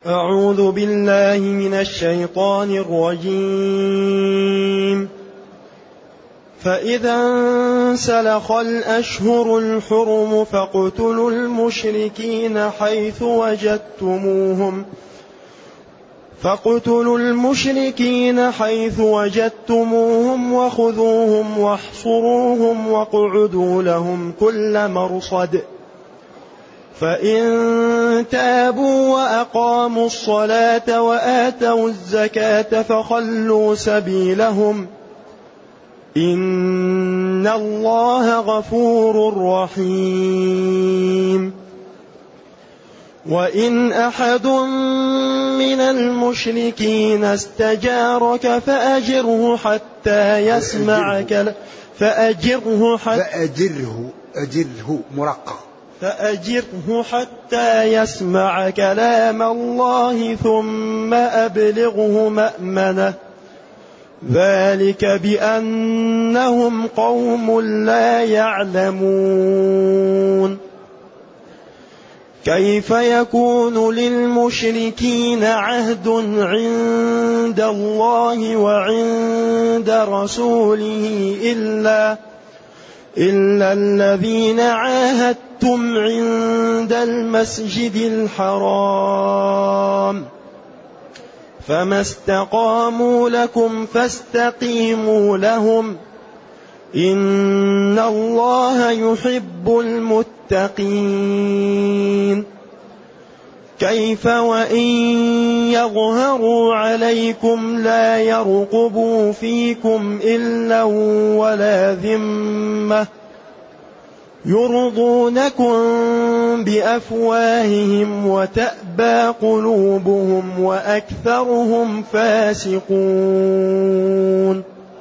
أعوذ بالله من الشيطان الرجيم. فإذا انسلخ الأشهر الحرم فاقتلوا المشركين حيث وجدتموهم وخذوهم واحصروهم واقعدوا لهم كل مرصد فإن تابوا وأقاموا الصلاة وآتوا الزكاة فخلوا سبيلهم إن الله غفور رحيم. وإن أحد من المشركين استجارك فأجره حتى يسمع كلام الله ثم أبلغه مأمنه ذلك بأنهم قوم لا يعلمون. كيف يكون للمشركين عهد عند الله وعند رسوله إلا الذين عاهدتم عند المسجد الحرام فما استقاموا لكم فاستقيموا لهم إن الله يحب المتقين. كيف وإن يظهروا عليكم لا يرقبوا فيكم إلا ولا ذمة يرضونكم بأفواههم وتأبى قلوبهم وأكثرهم فاسقون.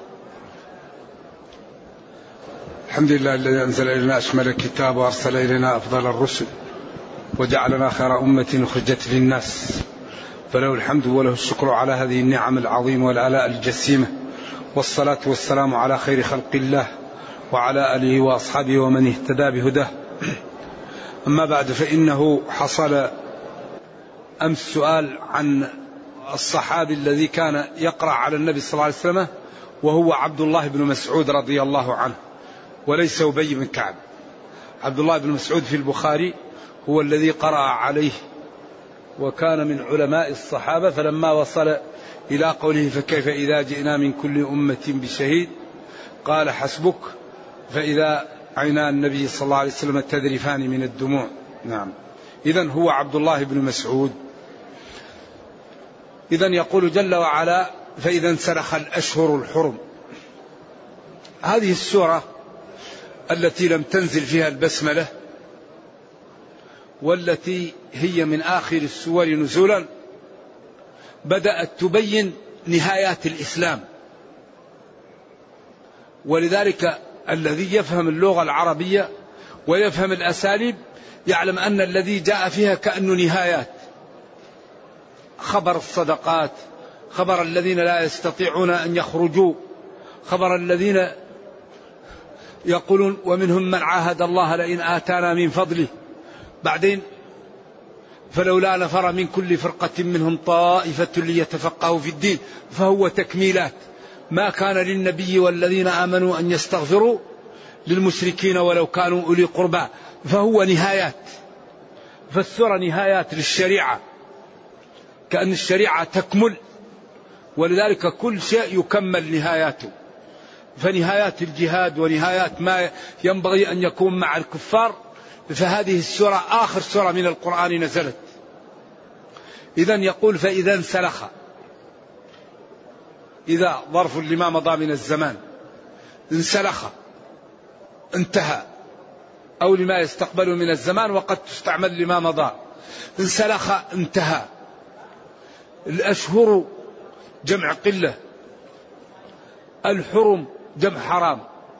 الحمد لله الذي أنزل إلينا أشمل الكتاب وأرسل إلينا أفضل الرسل وجعلنا خير أمة أخرجت للناس فله الحمد وله الشكر على هذه النعم العظيمة والآلاء الجسيمة والصلاة والسلام على خير خلق الله وعلى آله وأصحابه ومن اهتدى بهداه. أما بعد فإنه حصل أمس سؤال عن الصحابي الذي كان يقرأ على النبي صلى الله عليه وسلم وهو عبد الله بن مسعود رضي الله عنه وليس أبي بن كعب. عبد الله بن مسعود في البخاري هو الذي قرأ عليه وكان من علماء الصحابة، فلما وصل إلى قوله فكيف إذا جئنا من كل أمة بشهيد قال حسبك، فإذا عينا النبي صلى الله عليه وسلم تذرفان من الدموع. نعم، إذن هو عبد الله بن مسعود. إذن يقول جل وعلا فإذا انسلخ الأشهر الحرم. هذه السورة التي لم تنزل فيها البسملة والتي هي من آخر السور نزولا بدأت تبين نهايات الإسلام، ولذلك الذي يفهم اللغة العربية ويفهم الأساليب يعلم أن الذي جاء فيها كأنه نهايات. خبر الصدقات، خبر الذين لا يستطيعون أن يخرجوا، خبر الذين يقولون ومنهم من عاهد الله لئن آتانا من فضله، بعدين فلولا نفر من كل فرقة منهم طائفة ليتفقهوا في الدين، فهو تكميلات. ما كان للنبي والذين آمنوا أن يستغفروا للمشركين ولو كانوا أولي قربى، فهو نهايات. فالسورة نهايات للشريعة، كأن الشريعة تكمل، ولذلك كل شيء يكمل نهاياته. فنهايات الجهاد ونهايات ما ينبغي أن يكون مع الكفار، فهذه السورة آخر سورة من القرآن نزلت. إذن يقول فإذا انسلخ، إذا ظرف لما مضى من الزمان، انسلخ انتهى، أو لما يستقبله من الزمان وقد تستعمل لما مضى. انسلخ انتهى. الأشهر جمع قلة، الحرم جمع حرام.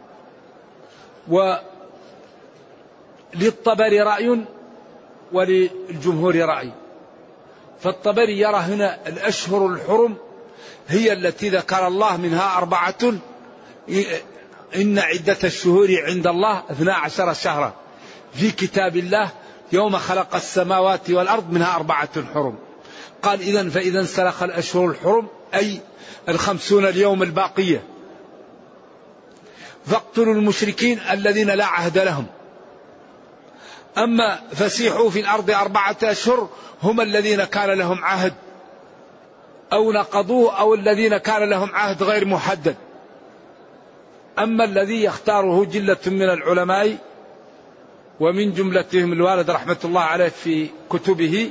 وللطبري رأي وللجمهور رأي. فالطبري يرى هنا الأشهر الحرم هي التي ذكر الله منها 4، إن عدة الشهور عند الله 12 شهرا في كتاب الله يوم خلق السماوات والأرض منها 4 حرم. قال إذن فإذا انسلخ الأشهر الحرم أي 50 اليوم الباقية فاقتلوا المشركين الذين لا عهد لهم. أما فسيحوا في الأرض 4 أشهر هم الذين كان لهم عهد أو نقضوه أو الذين كان لهم عهد غير محدد. أما الذي يختاره جلة من العلماء ومن جملتهم الوالد رحمة الله عليه في كتبه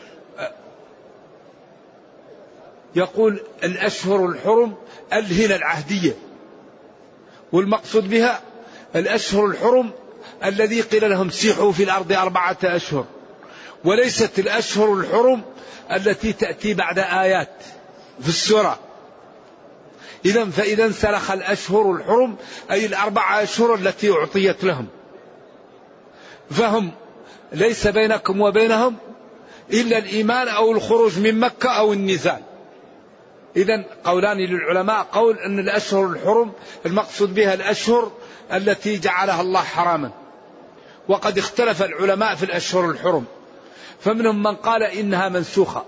يقول الأشهر الحرم هنا العهدية، والمقصود بها الأشهر الحرم الذي قيل لهم سيحوا في الأرض 4 أشهر، وليست الأشهر الحرم التي تأتي بعد آيات في السورة. إذن فإذا انسلخ الأشهر الحرم أي 4 أشهر التي أعطيت لهم، فهم ليس بينكم وبينهم إلا الإيمان أو الخروج من مكة أو النزال. إذن قولان للعلماء، قول أن الأشهر الحرم المقصود بها الأشهر التي جعلها الله حراما، وقد اختلف العلماء في الأشهر الحرم، فمنهم من قال إنها منسوخة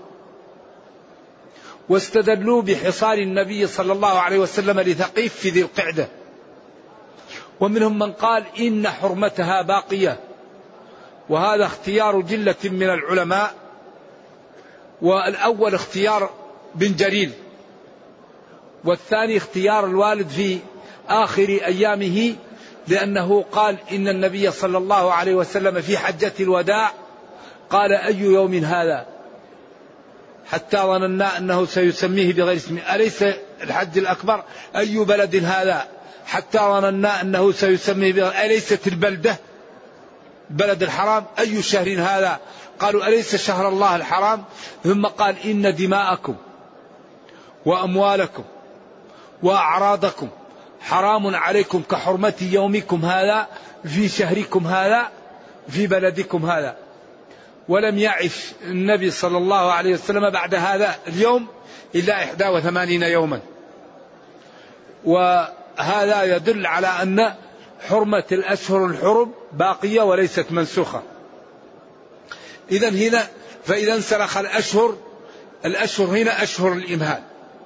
واستدلوا بحصار النبي صلى الله عليه وسلم لثقيف في ذي القعدة، ومنهم من قال إن حرمتها باقية، وهذا اختيار جلة من العلماء، والأول اختيار بن جرير، والثاني اختيار الوالد في آخر أيامه، لأنه قال إن النبي صلى الله عليه وسلم في حجة الوداع قال أي يوم هذا، حتى ظننا أنه سيسميه بغير اسمه، أليس الحج الأكبر؟ أي بلد هذا، حتى ظننا أنه سيسميه بغير، أليست البلدة بلد الحرام؟ أي شهر هذا؟ قالوا أليس شهر الله الحرام؟ ثم قال إن دماءكم وأموالكم وأعراضكم حرام عليكم كحرمة يومكم هذا في شهركم هذا في بلدكم هذا. ولم يعش النبي صلى الله عليه وسلم بعد هذا اليوم إلا 81 يوما، وهذا يدل على أن حرمة الأشهر الحرم باقية وليست منسوخة. إذن هنا فإذا انسلخ الأشهر هنا أشهر الإمهال،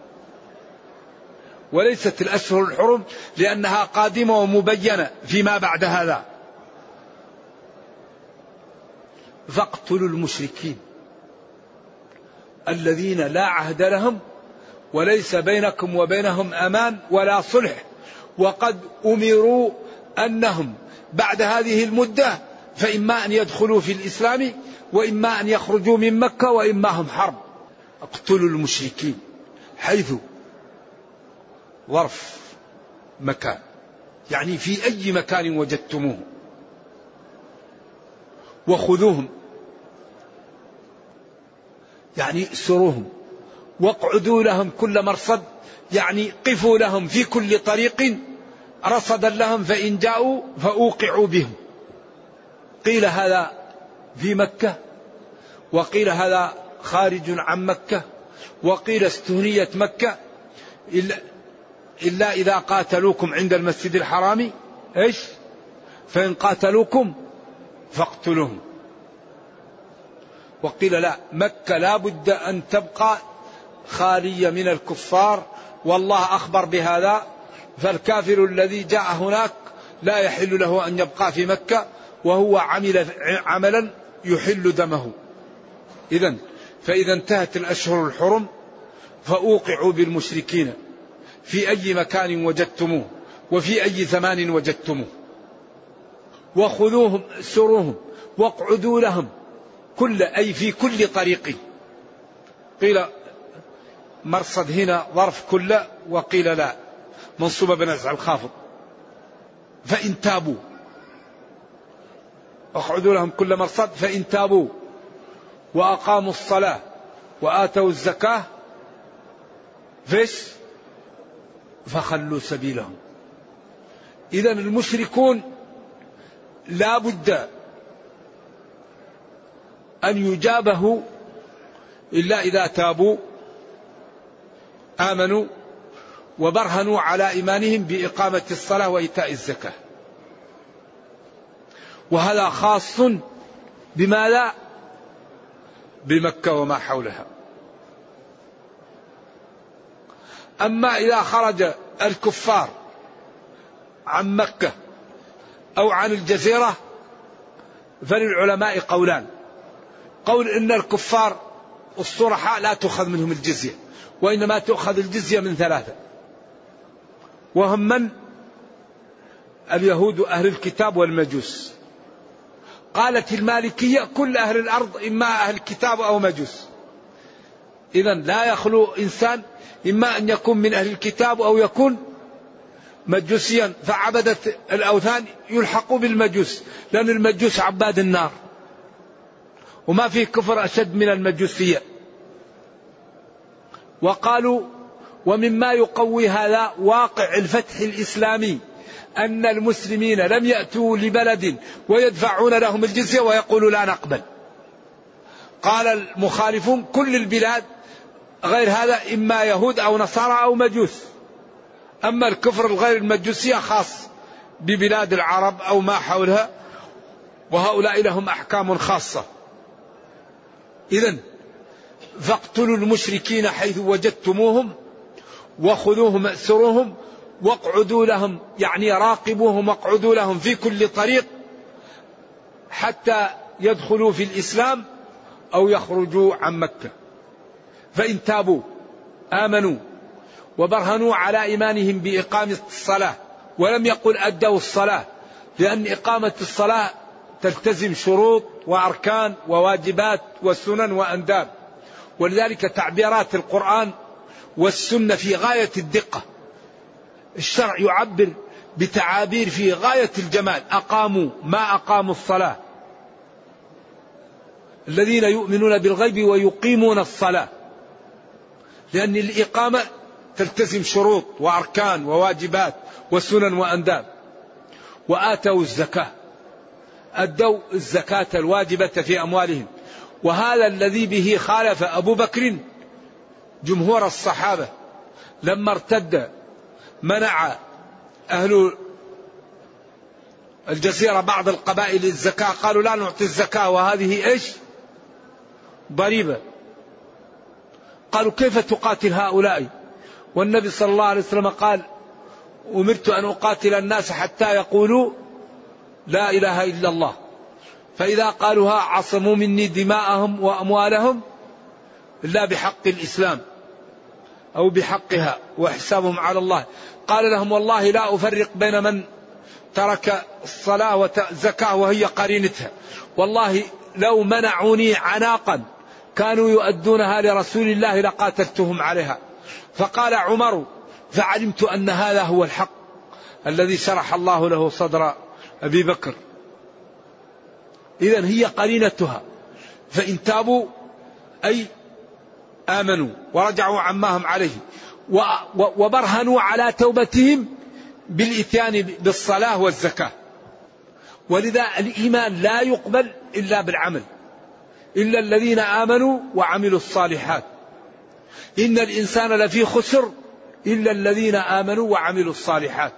وليست الأشهر الحرم لأنها قادمة ومبينة فيما بعد هذا. فاقتلوا المشركين الذين لا عهد لهم وليس بينكم وبينهم أمان ولا صلح، وقد أمروا أنهم بعد هذه المدة فإما أن يدخلوا في الإسلام وإما أن يخرجوا من مكة وإما هم حرب. اقتلوا المشركين حيث ظرف مكان، يعني في أي مكان وجدتموه، وخذوهم يعني اسروهم، واقعدوا لهم كل مرصد، يعني قفوا لهم في كل طريق رصدا لهم، فإن جاءوا فأوقعوا بهم. قيل هذا في مكة، وقيل هذا خارج عن مكة، وقيل استهنيت مكة إلا إذا قاتلوكم عند المسجد الحرام إيش؟ فإن قاتلوكم فاقتلوهم. وقيل لا، مكة لا بد أن تبقى خالية من الكفار، والله أخبر بهذا، فالكافر الذي جاء هناك لا يحل له أن يبقى في مكة وهو عمل عملا يحل دمه. إذن فإذا انتهت الأشهر الحرم فأوقعوا بالمشركين في أي مكان وجدتموه وفي أي زمان وجدتموه، وخذوهم سروهم واقعدوا لهم أي في كل طريق. قيل مرصد هنا ظرف كل، وقيل لا منصوبة بنزع الخافض. فإن تابوا، اقعدوا لهم كل مرصد، فإن تابوا وأقاموا الصلاة وآتوا الزكاة فخلوا سبيلهم. إذن المشركون لا بد أن يجابهوا إلا إذا تابوا آمنوا وبرهنوا على إيمانهم بإقامة الصلاة وإيتاء الزكاة. وهذا خاص بما لا بمكة وما حولها. أما إذا خرج الكفار عن مكة أو عن الجزيرة فللعلماء قولان. قول إن الكفار الصرحاء لا تؤخذ منهم الجزية، وإنما تؤخذ الجزية من ثلاثة، وهم من؟ اليهود أهل الكتاب والمجوس. قالت المالكية كل أهل الأرض إما أهل الكتاب أو مجوس. إذن لا يخلو إنسان إما أن يكون من أهل الكتاب أو يكون مجوسيا، فعبدة الأوثان يلحقوا بالمجوس، لأن المجوس عباد النار، وما في كفر أشد من المجوسية. وقالوا ومما يقوي هذا واقع الفتح الإسلامي، أن المسلمين لم يأتوا لبلد ويدفعون لهم الجزية ويقولوا لا نقبل. قال المخالفون كل البلاد غير هذا إما يهود أو نصارى أو مجوس، أما الكفر الغير المجوسية خاص ببلاد العرب أو ما حولها، وهؤلاء لهم أحكام خاصة. إذن فاقتلوا المشركين حيث وجدتموهم وخذوهم اسروهم واقعدوا لهم، يعني راقبوهم واقعدوا لهم في كل طريق حتى يدخلوا في الإسلام أو يخرجوا عن مكة. فإن تابوا آمنوا وبرهنوا على إيمانهم بإقامة الصلاة، ولم يقل أدوا الصلاة، لأن إقامة الصلاة تلتزم شروط وأركان وواجبات وسنن وأنداب، ولذلك تعبيرات القرآن والسنة في غاية الدقة. الشرع يعبر بتعابير في غاية الجمال. أقاموا ما أقاموا الصلاة، الذين يؤمنون بالغيب ويقيمون الصلاة، لأن الإقامة تلتزم شروط وأركان وواجبات وسنن وأنداب. وآتوا الزكاة، أدوا الزكاة الواجبة في أموالهم، وهذا الذي به خالف أبو بكر جمهور الصحابة لما ارتد، منع أهل الجزيرة بعض القبائل الزكاة، قالوا لا نعطي الزكاة وهذه إيش؟ ضريبة. قالوا كيف تقاتل هؤلاء؟ والنبي صلى الله عليه وسلم قال أمرت أن أقاتل الناس حتى يقولوا لا إله إلا الله، فإذا قالوها عصموا مني دماءهم وأموالهم إلا بحق الإسلام أو بحقها وحسابهم على الله. قال لهم والله لا أفرق بين من ترك الصلاة والزكاة وهي قرينتها، والله لو منعوني عناقا كانوا يؤدونها لرسول الله لقاتلتهم عليها. فقال عمر فعلمت أن هذا هو الحق الذي شرح الله له صدر أبي بكر. إذن هي قرينتها. فإن تابوا أي آمنوا ورجعوا عما هم عليه وبرهنوا على توبتهم بالإتيان بالصلاة والزكاة. ولذا الإيمان لا يقبل إلا بالعمل، إلا الذين آمنوا وعملوا الصالحات. إن الإنسان لفي خسر إلا الذين آمنوا وعملوا الصالحات.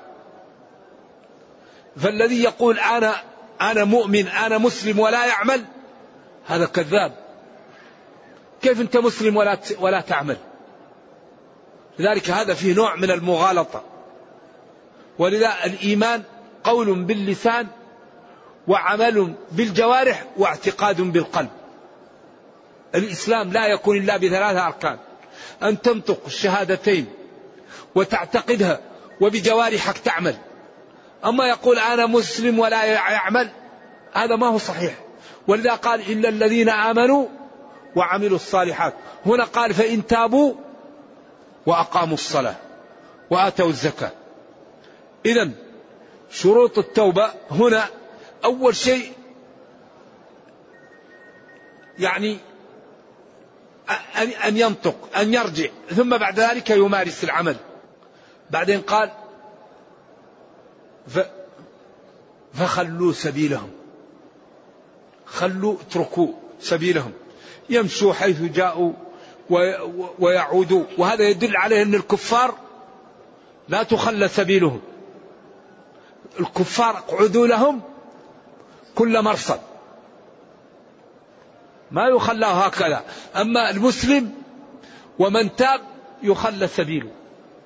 فالذي يقول أنا مؤمن أنا مسلم ولا يعمل هذا كذاب. كيف أنت مسلم ولا تعمل؟ لذلك هذا فيه نوع من المغالطة. ولذا الإيمان قول باللسان وعمل بالجوارح واعتقاد بالقلب. الإسلام لا يكون إلا بثلاثة أركان: أن تنطق الشهادتين وتعتقدها وبجوارحك تعمل. أما يقول أنا مسلم ولا يعمل هذا ما هو صحيح. ولذا قال إلا الذين آمنوا وعملوا الصالحات. هنا قال فإن تابوا وأقاموا الصلاة وآتوا الزكاة. إذن شروط التوبة هنا أول شيء يعني أن ينطق أن يرجع، ثم بعد ذلك يمارس العمل. بعدين قال فخلوا سبيلهم، خلوا اتركوا سبيلهم، يمشوا حيث جاءوا ويعودوا. وهذا يدل عليه أن الكفار لا تخلى سبيلهم. الكفار اقعدوا لهم كل مرصد، ما يخلى هكذا. أما المسلم ومن تاب يخلى سبيله.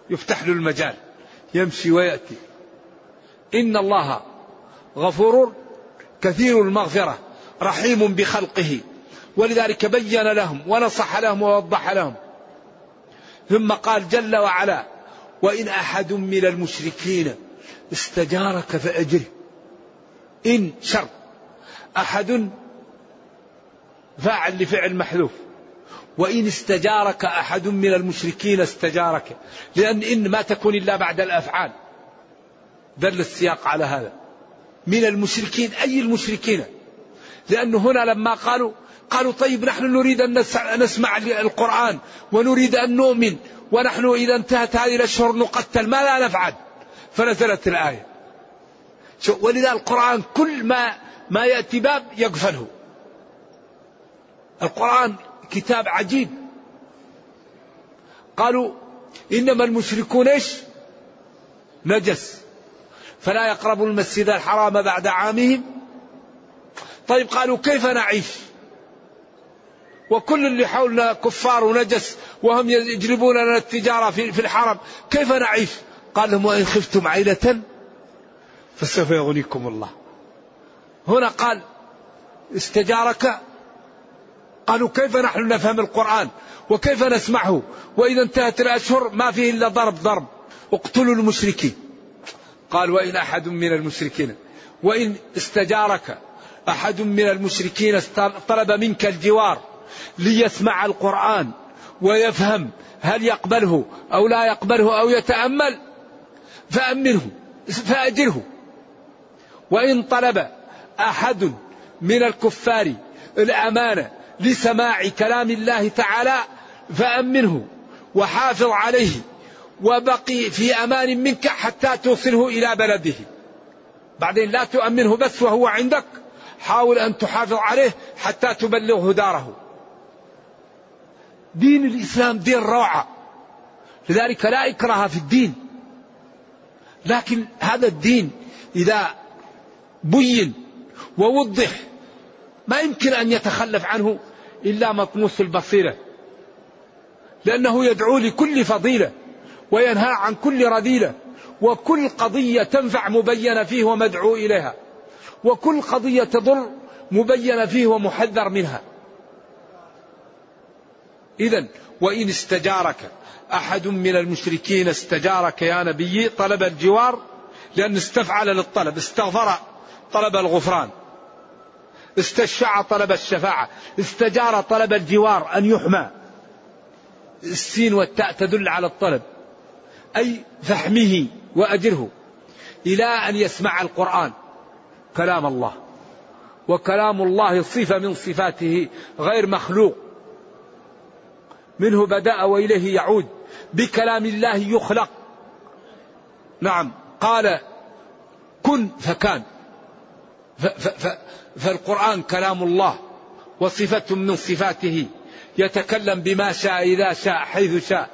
يفتح له المجال يمشي ويأتي. إن الله غفور كثير المغفرة رحيم بخلقه، ولذلك بين لهم ونصح لهم ووضح لهم. ثم قال جل وعلا: وإن أحد من المشركين استجارك فأجره. إن شرط، أحد فاعل لفعل محذوف، وإن استجارك أحد من المشركين استجارك، لأن إن ما تكون إلا بعد الأفعال، دل السياق على هذا. من المشركين أي المشركين؟ لأنه هنا لما قالوا طيب نحن نريد أن نسمع القرآن ونريد أن نؤمن، ونحن إذا انتهت هذه الأشهر نقتل، ما لا نفعل؟ فنزلت الآية. ولذا القرآن كل ما يأتي باب يقفله. القرآن كتاب عجيب. قالوا إنما المشركون إيش؟ نجس فلا يقربوا المسجد الحرام بعد عامهم. طيب قالوا كيف نعيش وكل اللي حولنا كفار ونجس وهم يجلبون لنا التجارة في الحرم، كيف نعيش؟ قال لهم: وإن خفتم عيلة فسوف يغنيكم الله. هنا قال استجارك، قالوا كيف نحن نفهم القرآن وكيف نسمعه وإذا انتهت الأشهر ما فيه إلا ضرب، اقتلوا المشركين. قال: وإن أحد من المشركين، وإن استجارك أحد من المشركين طلب منك الجوار ليسمع القرآن ويفهم هل يقبله أو لا يقبله أو يتأمل فأمنه فأجره. وإن طلب أحد من الكفار الأمانة لسماع كلام الله تعالى فأمنه وحافظ عليه وبقي في أمان منك حتى توصله إلى بلده. بعدين لا تؤمنه بس وهو عندك، حاول أن تحافظ عليه حتى تبلغه داره. دين الإسلام دين روعة، لذلك لا إكراه في الدين. لكن هذا الدين إذا بين ووضح ما يمكن أن يتخلف عنه إلا مطموس البصيرة، لأنه يدعو لكل فضيلة وينهى عن كل رذيلة، وكل قضية تنفع مبينة فيه ومدعو إليها، وكل قضية تضر مبينة فيه ومحذر منها. إذن وإن استجارك أحد من المشركين استجارك يا نبي، طلب الجوار لأن استفعل للطلب، استغفر طلب الغفران، استشفع طلب الشفاعة، استجار طلب الجوار أن يحمى. السين والتاء تدل على الطلب، أي فحمه وأجره إلى أن يسمع القرآن كلام الله. وكلام الله صفة من صفاته غير مخلوق، منه بدأ وإليه يعود، بكلام الله يخلق. نعم، قال كن فكان. فالقرآن كلام الله وصفة من صفاته، يتكلم بما شاء إذا شاء حيث شاء.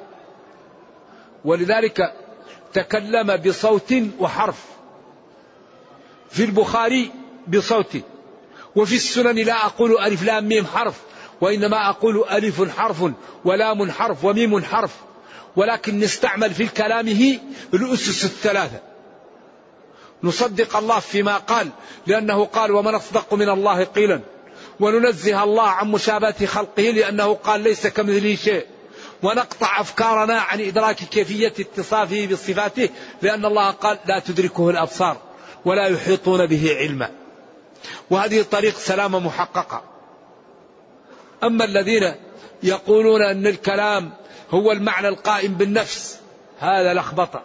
ولذلك تكلم بصوت وحرف، في البخاري بصوت، وفي السنن لا أقول ألف لام ميم حرف، وإنما أقول ألف حرف ولام حرف وميم حرف، ولكن نستعمل في كلامه الأسس الثلاثة. نصدق الله فيما قال لأنه قال: ومن أصدق من الله قيلا. وننزه الله عن مشابهة خلقه لأنه قال: ليس كمثله شيء. ونقطع أفكارنا عن إدراك كيفية اتصافه بصفاته لأن الله قال: لا تدركه الأبصار ولا يحيطون به علما. وهذه طريق سلامة محققة. أما الذين يقولون أن الكلام هو المعنى القائم بالنفس، هذا لخبطة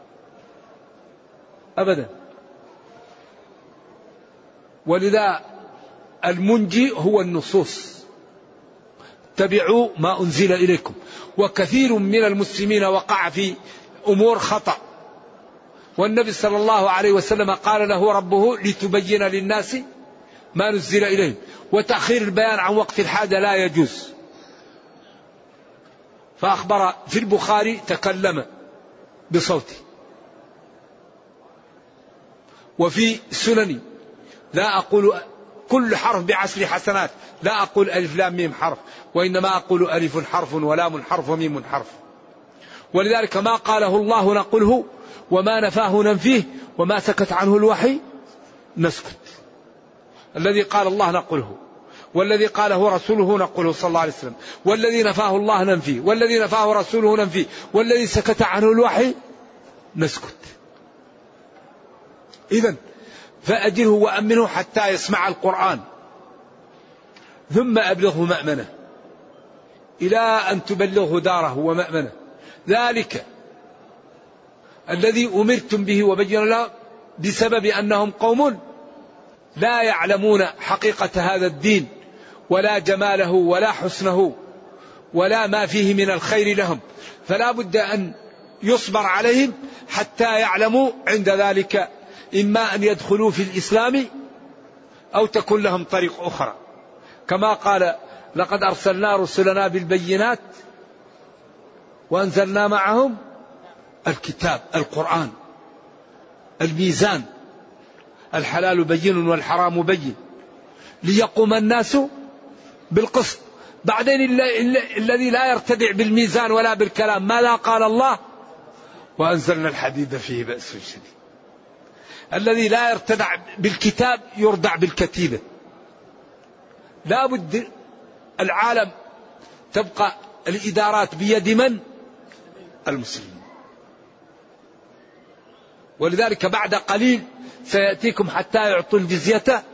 أبدا. ولذا المنجي هو النصوص، اتبعوا ما أنزل إليكم. وكثير من المسلمين وقع في أمور خطأ، والنبي صلى الله عليه وسلم قال له ربه: لتبين للناس ما نزل إليهم. وتأخير البيان عن وقت الحاجة لا يجوز. فأخبر في البخاري: تكلم بصوته. وفي سنني لا أقول كل حرف ب10 حسنات، لا أقول ألف لام ميم حرف، وإنما أقول ألف حرف ولام حرف وميم حرف. ولذلك ما قاله الله نقله، وما نفاه ننفيه، وما سكت عنه الوحي نسكت. الذي قال الله نقله، والذي قاله رسوله نقله صلى الله عليه وسلم، والذي نفاه الله ننفيه، والذي نفاه رسوله ننفيه، والذي سكت عنه الوحي نسكت. إذن فأجره وأمنه حتى يسمع القرآن، ثم أبلغه مأمنه إلى أن تبلغه داره ومأمنه. ذلك الذي أمرتم به وبين له بسبب أنهم قوم لا يعلمون حقيقة هذا الدين ولا جماله ولا حسنه ولا ما فيه من الخير لهم، فلا بد أن يصبر عليهم حتى يعلموا عند ذلك إما أن يدخلوا في الإسلام أو تكون لهم طريق أخرى. كما قال: لقد أرسلنا رسلنا بالبينات وأنزلنا معهم الكتاب القرآن الميزان، الحلال بين والحرام بين، ليقوم الناس بالقسط. بعدين الذي لا يرتدع بالميزان ولا بالكلام ماذا قال الله؟ وأنزلنا الحديد فيه بأس شديد. الذي لا يرتدع بالكتاب يردع بالكتيبة. لا بد العالم تبقى الإدارات بيد من؟ المسلمين. ولذلك بعد قليل سيأتيكم حتى يعطوا الجزية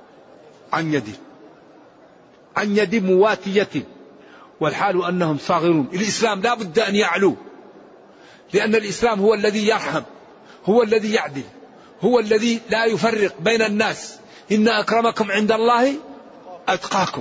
عن يد مواتية، والحال أنهم صاغرون. الإسلام لا بد أن يعلو، لأن الإسلام هو الذي يرحم، هو الذي يعدل، هو الذي لا يفرق بين الناس. إن أكرمكم عند الله أتقاكم.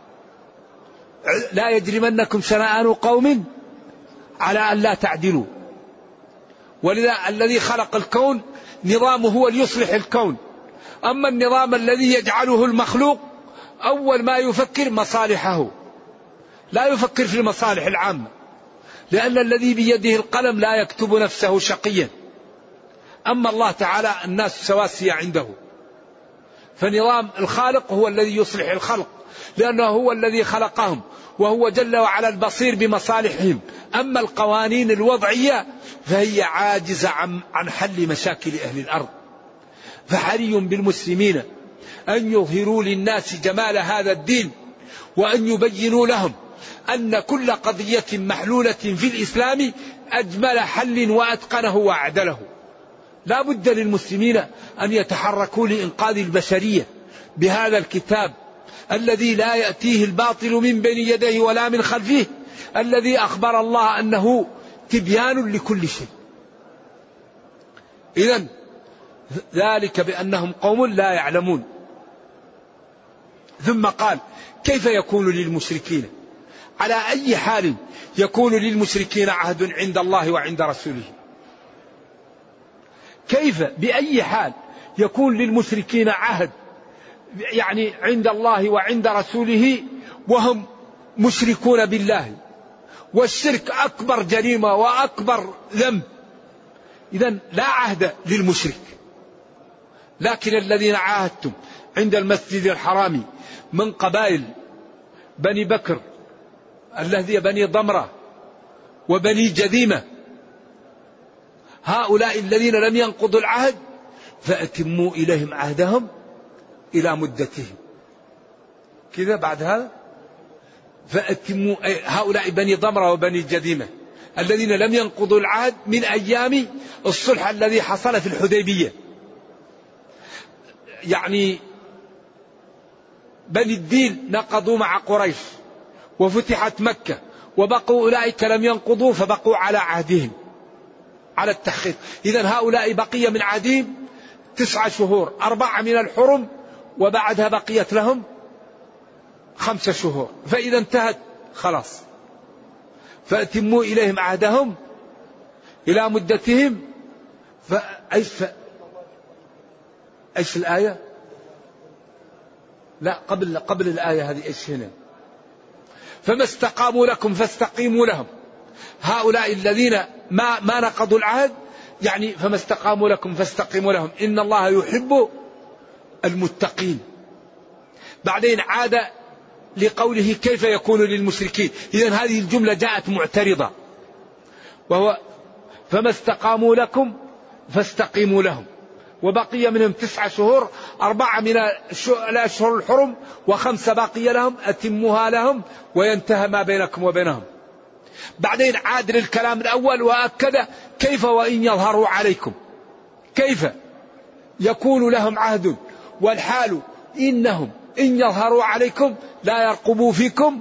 لا يجرمنكم شنآن قوم على أن لا تعدلوا. ولذا الذي خلق الكون نظامه هو ليصلح الكون. أما النظام الذي يجعله المخلوق أول ما يفكر مصالحه، لا يفكر في المصالح العامة، لأن الذي بيده القلم لا يكتب نفسه شقيا. أما الله تعالى الناس سواسية عنده. فنظام الخالق هو الذي يصلح الخلق، لأنه هو الذي خلقهم، وهو جل وعلا البصير بمصالحهم. أما القوانين الوضعية فهي عاجزة عن حل مشاكل أهل الأرض. فحري بالمسلمين أن يظهروا للناس جمال هذا الدين، وأن يبينوا لهم أن كل قضية محلولة في الإسلام أجمل حل وأتقنه وأعدله. لا بد للمسلمين أن يتحركوا لإنقاذ البشرية بهذا الكتاب الذي لا يأتيه الباطل من بين يديه ولا من خلفه، الذي أخبر الله أنه تبيان لكل شيء. إذن ذلك بأنهم قوم لا يعلمون. ثم قال: كيف يكون للمشركين؟ على أي حال يكون للمشركين عهد عند الله وعند رسوله؟ كيف بأي حال يكون للمشركين عهد يعني عند الله وعند رسوله وهم مشركون بالله؟ والشرك أكبر جريمة وأكبر ذنب. إذن لا عهد للمشرك. لكن الذين عاهدتم عند المسجد الحرام من قبائل بني بكر الذي بني ضمرة وبني جذيمة، هؤلاء الذين لم ينقضوا العهد فأتموا إليهم عهدهم إلى مدتهم. كذا بعد هذا فأتموا، هؤلاء بني ضمرة وبني جذيمة الذين لم ينقضوا العهد من أيام الصلح الذي حصل في الحديبية. يعني بني الدين نقضوا مع قريش وفتحت مكة، وبقوا أولئك لم ينقضوا فبقوا على عهدهم على التحقيق. إذن هؤلاء بقي من عهدهم 9 شهور، 4 من الحرم، وبعدها بقيت لهم 5 شهور، فإذا انتهت خلاص. فأتموا إليهم عهدهم إلى مدتهم. ايش الآية؟ لا، قبل الآية هذه ايش هنا؟ فما استقاموا لكم فاستقيموا لهم. هؤلاء الذين ما نقضوا العهد يعني فما استقاموا لكم فاستقيموا لهم، إن الله يحب المتقين. بعدين عاد لقوله كيف يكون للمشركين. إذن هذه الجملة جاءت معترضة، وهو فما استقاموا لكم فاستقيموا لهم. وبقي منهم 9 شهور، 4 من الأشهر الحرم و5 باقي لهم، أتموها لهم وينتهى ما بينكم وبينهم. بعدين عاد للكلام الأول وأكد كيف وإن يظهروا عليكم، كيف يكون لهم عهد والحال إنهم إن يظهروا عليكم لا يرقبوا فيكم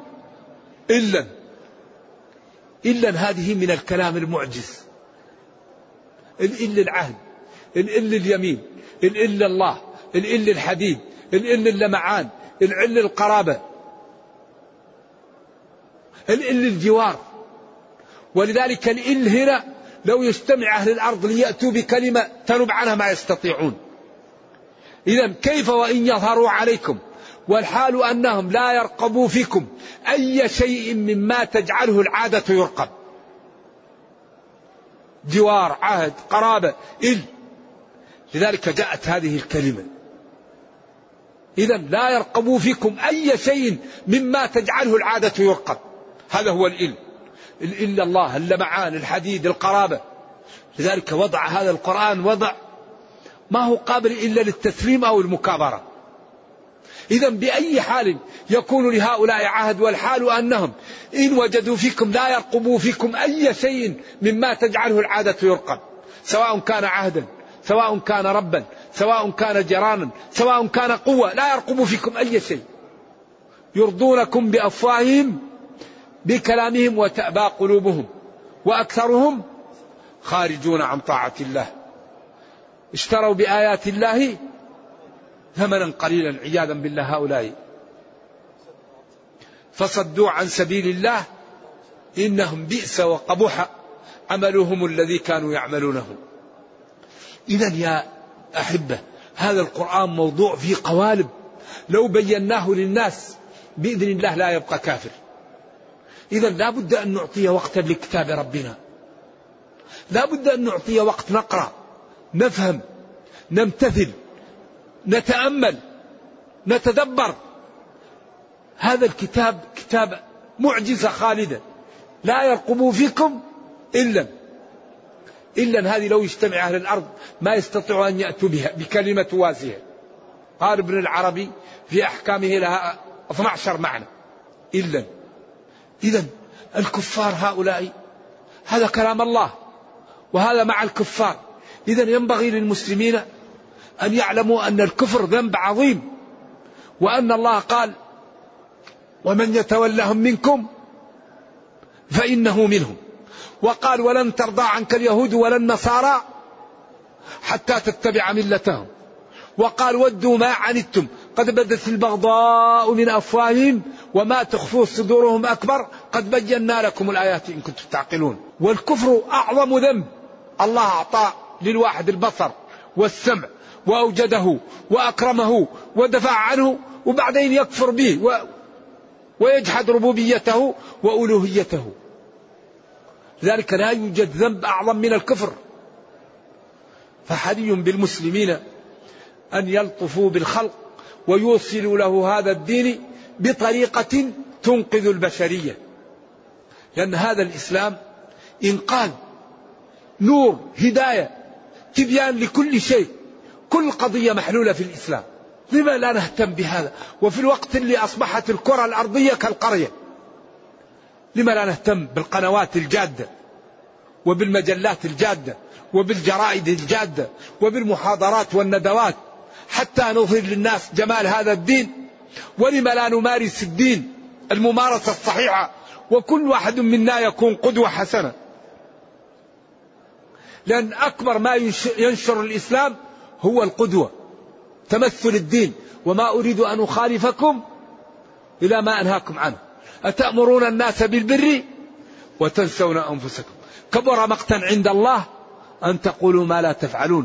إلا هذه من الكلام المعجز. إلا العهد، إلا اليمين، إلا الله، إلا الحديد، إلا اللمعان، إلا القرابة، إلا الجوار. ولذلك الإل هنا لو يجتمع أهل الأرض ليأتوا بكلمة تنب عنها ما يستطيعون. إذن كيف وإن يظهروا عليكم والحال أنهم لا يرقبوا فيكم أي شيء مما تجعله العادة يرقب، جوار، عهد، قرابة، لذلك جاءت هذه الكلمة. إذن لا يرقبوا فيكم أي شيء مما تجعله العادة يرقب، هذا هو إلا الله، اللمعان، الحديد، القرابة. لذلك وضع هذا القرآن وضع ما هو قابل إلا للتسليم أو المكابرة. إذن بأي حال يكون لهؤلاء عهد والحال أنهم إن وجدوا فيكم لا يرقبوا فيكم أي شيء مما تجعله العادة يرقب، سواء كان عهدا، سواء كان ربا، سواء كان جرانا، سواء كان قوة، لا يرقبوا فيكم أي شيء. يرضونكم بأفواههم بكلامهم وتأبى قلوبهم وأكثرهم خارجون عن طاعة الله. اشتروا بآيات الله ثمنا قليلا عياذا بالله هؤلاء، فصدوا عن سبيل الله إنهم بئس وقبح عملهم الذي كانوا يعملونه. إذن يا أحبة هذا القرآن موضوع فيه قوالب، لو بيناه للناس بإذن الله لا يبقى كافر. إذن لا بد أن نعطي وقتا لكتاب ربنا، لا بد أن نعطي وقت نقرأ، نفهم، نمتثل، نتأمل، نتدبر. هذا الكتاب كتاب معجزة خالدة، لا يرقبوا فيكم إلا هذه لو يجتمع أهل الأرض ما يستطيعوا أن يأتوا بها بكلمة توازيها. قال ابن العربي في أحكامه لها 12 معنى. إذن الكفار هؤلاء هذا كلام الله وهذا مع الكفار. إذن ينبغي للمسلمين أن يعلموا أن الكفر ذنب عظيم، وأن الله قال ومن يتولهم منكم فإنه منهم. وقال ولن ترضى عنك اليهود ولا النصارى حتى تتبع ملتهم. وقال ودوا ما عنتم قد بدت البغضاء من أفواههم وما تخفوا صدورهم أكبر قد بينا لكم الآيات إن كنتم تعقلون. والكفر أعظم ذنب. الله أعطى للواحد البصر والسمع وأوجده وأكرمه ودفع عنه، وبعدين يكفر به ويجحد ربوبيته وألوهيته. لذلك لا يوجد ذنب أعظم من الكفر. فحري بالمسلمين أن يلطفوا بالخلق ويوصلوا له هذا الدين بطريقة تنقذ البشرية، لأن هذا الإسلام إنقاذ، نور، هداية، تبيان لكل شيء. كل قضية محلولة في الإسلام. لما لا نهتم بهذا؟ وفي الوقت اللي أصبحت الكرة الأرضية كالقرية، لما لا نهتم بالقنوات الجادة وبالمجلات الجادة وبالجرائد الجادة وبالمحاضرات والندوات حتى نظهر للناس جمال هذا الدين؟ ولما لا نمارس الدين الممارسة الصحيحة وكل واحد منا يكون قدوة حسنة؟ لأن أكبر ما ينشر الإسلام هو القدوة، تمثل الدين. وما أريد أن أخالفكم إلى ما أنهاكم عنه أتأمرون الناس بالبر وتنسون أنفسكم كبر مقتا عند الله أن تقولوا ما لا تفعلون.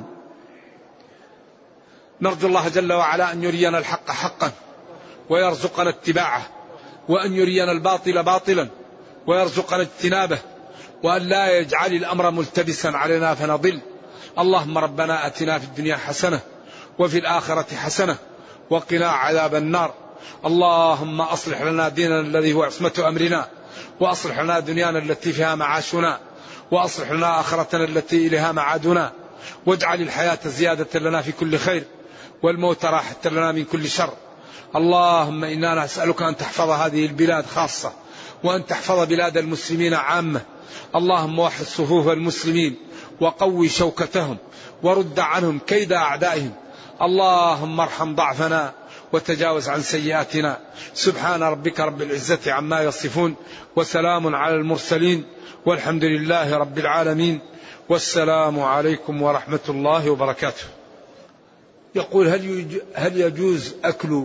نرجو الله جل وعلا أن يرينا الحق حقا ويرزقنا اتباعه، وأن يرينا الباطل باطلا ويرزقنا اجتنابه، وأن لا يجعل الأمر ملتبسا علينا فنضل. اللهم ربنا أتنا في الدنيا حسنة وفي الآخرة حسنة وقنا عذاب النار. اللهم أصلح لنا ديننا الذي هو عصمة أمرنا، وأصلح لنا دنيانا التي فيها معاشنا، وأصلح لنا آخرتنا التي إليها معادنا، واجعل الحياة زيادة لنا في كل خير والموت راحة لنا من كل شر. اللهم إنا نسألك أن تحفظ هذه البلاد خاصة، وأن تحفظ بلاد المسلمين عامة. اللهم وحد صفوف المسلمين وقوي شوكتهم ورد عنهم كيد أعدائهم. اللهم ارحم ضعفنا وتجاوز عن سيئاتنا. سبحان ربك رب العزة عما يصفون، وسلام على المرسلين، والحمد لله رب العالمين، والسلام عليكم ورحمة الله وبركاته. يقول هل يجوز أكل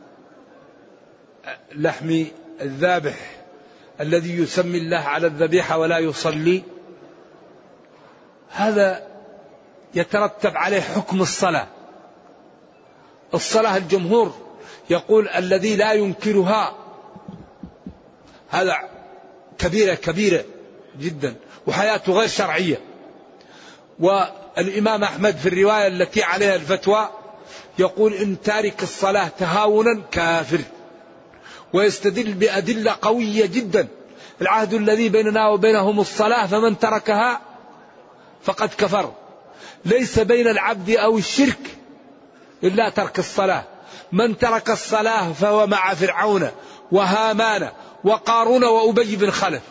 لحم الذابح الذي يسمي الله على الذبيحة ولا يصلي؟ هذا يترتب عليه حكم الصلاة. الصلاة الجمهور يقول الذي لا ينكرها هذا كبيرة جدا وحياته غير شرعية. والإمام أحمد في الرواية التي عليها الفتوى يقول إن تارك الصلاة تهاونا كافر، ويستدل بأدلة قوية جدا. العهد الذي بيننا وبينهم الصلاة، فمن تركها فقد كفر. ليس بين العبد أو الشرك إلا ترك الصلاة. من ترك الصلاة فهو مع فرعون وهامان وقارون وأبي بن خلف،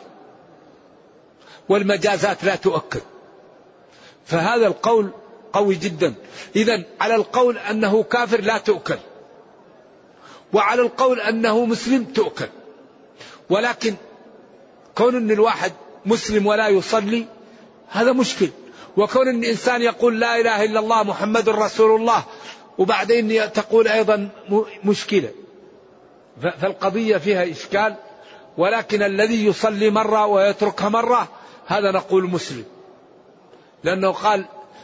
والمجازات لا تؤكد. فهذا القول قوي جدا. إذن على القول أنه كافر لا تؤكل، وعلى القول أنه مسلم تؤكل. ولكن كون أن الواحد مسلم ولا يصلي هذا مشكل، وكون أن الإنسان يقول لا إله إلا الله محمد رسول الله وبعدين تقول أيضا مشكلة. فالقضية فيها إشكال. ولكن الذي يصلي مرة ويتركها مرة هذا نقول مسلم، لأنه قال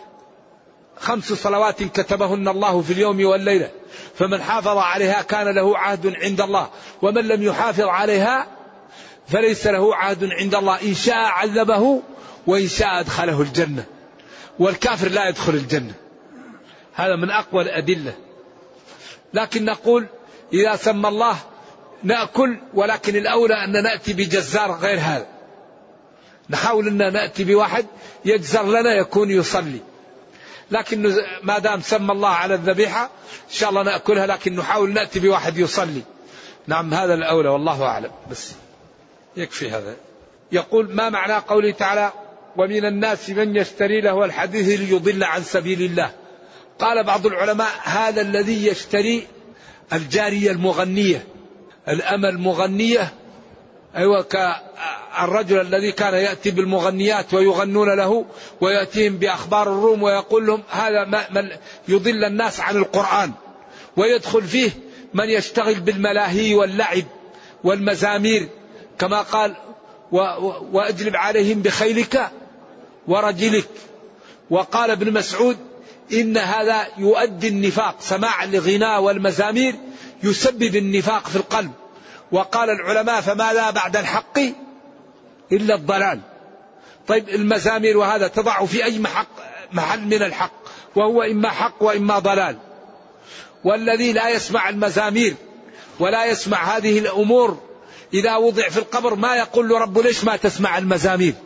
5 صلوات كتبهن الله في اليوم والليلة، فمن حافظ عليها كان له عهد عند الله، ومن لم يحافظ عليها فليس له عهد عند الله. إن شاء عذبه وإن شاء أدخله الجنة، والكافر لا يدخل الجنة. هذا من أقوى الأدلة. لكن نقول إذا سمى الله نأكل، ولكن الأولى أن نأتي بجزار غير هذا. نحاول أن نأتي بواحد يجزر لنا يكون يصلي. لكن ما دام سمى الله على الذبيحة إن شاء الله نأكلها، لكن نحاول نأتي بواحد يصلي. نعم هذا الأولى والله أعلم. بس يكفي هذا. يقول ما معنى قوله تعالى ومن الناس من يشتري له الحديث ليضل عن سبيل الله؟ قال بعض العلماء هذا الذي يشتري الجارية المغنية، الأمة المغنية، أيوة، كالرجل الذي كان يأتي بالمغنيات ويغنون له ويأتيهم بأخبار الروم ويقول لهم هذا من يضل الناس عن القرآن. ويدخل فيه من يشتغل بالملاهي واللعب والمزامير، كما قال وأجلب عليهم بخيلك ورجلك. وقال ابن مسعود إن هذا يؤدي النفاق، سماع الغناء والمزامير يسبب النفاق في القلب. وقال العلماء فماذا بعد الحق إلا الضلال. طيب المزامير وهذا تضع في أي محل من الحق، وهو إما حق وإما ضلال. والذي لا يسمع المزامير ولا يسمع هذه الأمور إذا وضع في القبر ما يقول له رب ليش ما تسمع المزامير،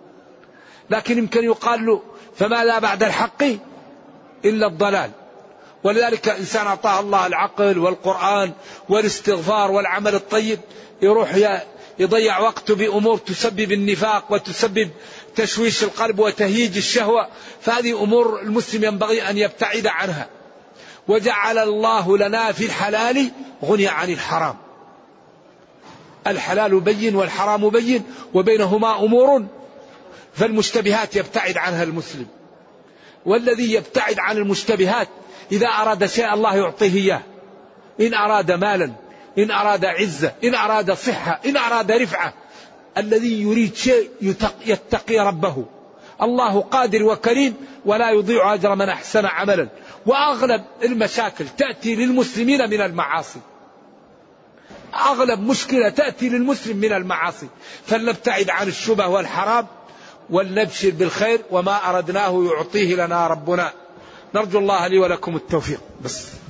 لكن يمكن يقال له فماذا بعد الحق إلا الضلال. ولذلك إنسان أعطاه الله العقل والقرآن والاستغفار والعمل الطيب يروح يضيع وقته بأمور تسبب النفاق وتسبب تشويش القلب وتهييج الشهوة. فهذه أمور المسلم ينبغي أن يبتعد عنها. وجعل الله لنا في الحلال غني عن الحرام. الحلال بين والحرام بين وبينهما أمور، فالمشتبهات يبتعد عنها المسلم. والذي يبتعد عن المشتبهات إذا أراد شيء الله يعطيه إياه، إن أراد مالا، إن أراد عزة، إن أراد صحة، إن أراد رفعة. الذي يريد شيء يتقي ربه. الله قادر وكريم ولا يضيع أجر من أحسن عملا. وأغلب المشاكل تأتي للمسلمين من المعاصي، أغلب مشكلة تأتي للمسلم من المعاصي. فلنبتعد عن الشبه والحرام ولنبشر بالخير، وما أردناه يعطيه لنا ربنا. نرجو الله لي ولكم التوفيق. بس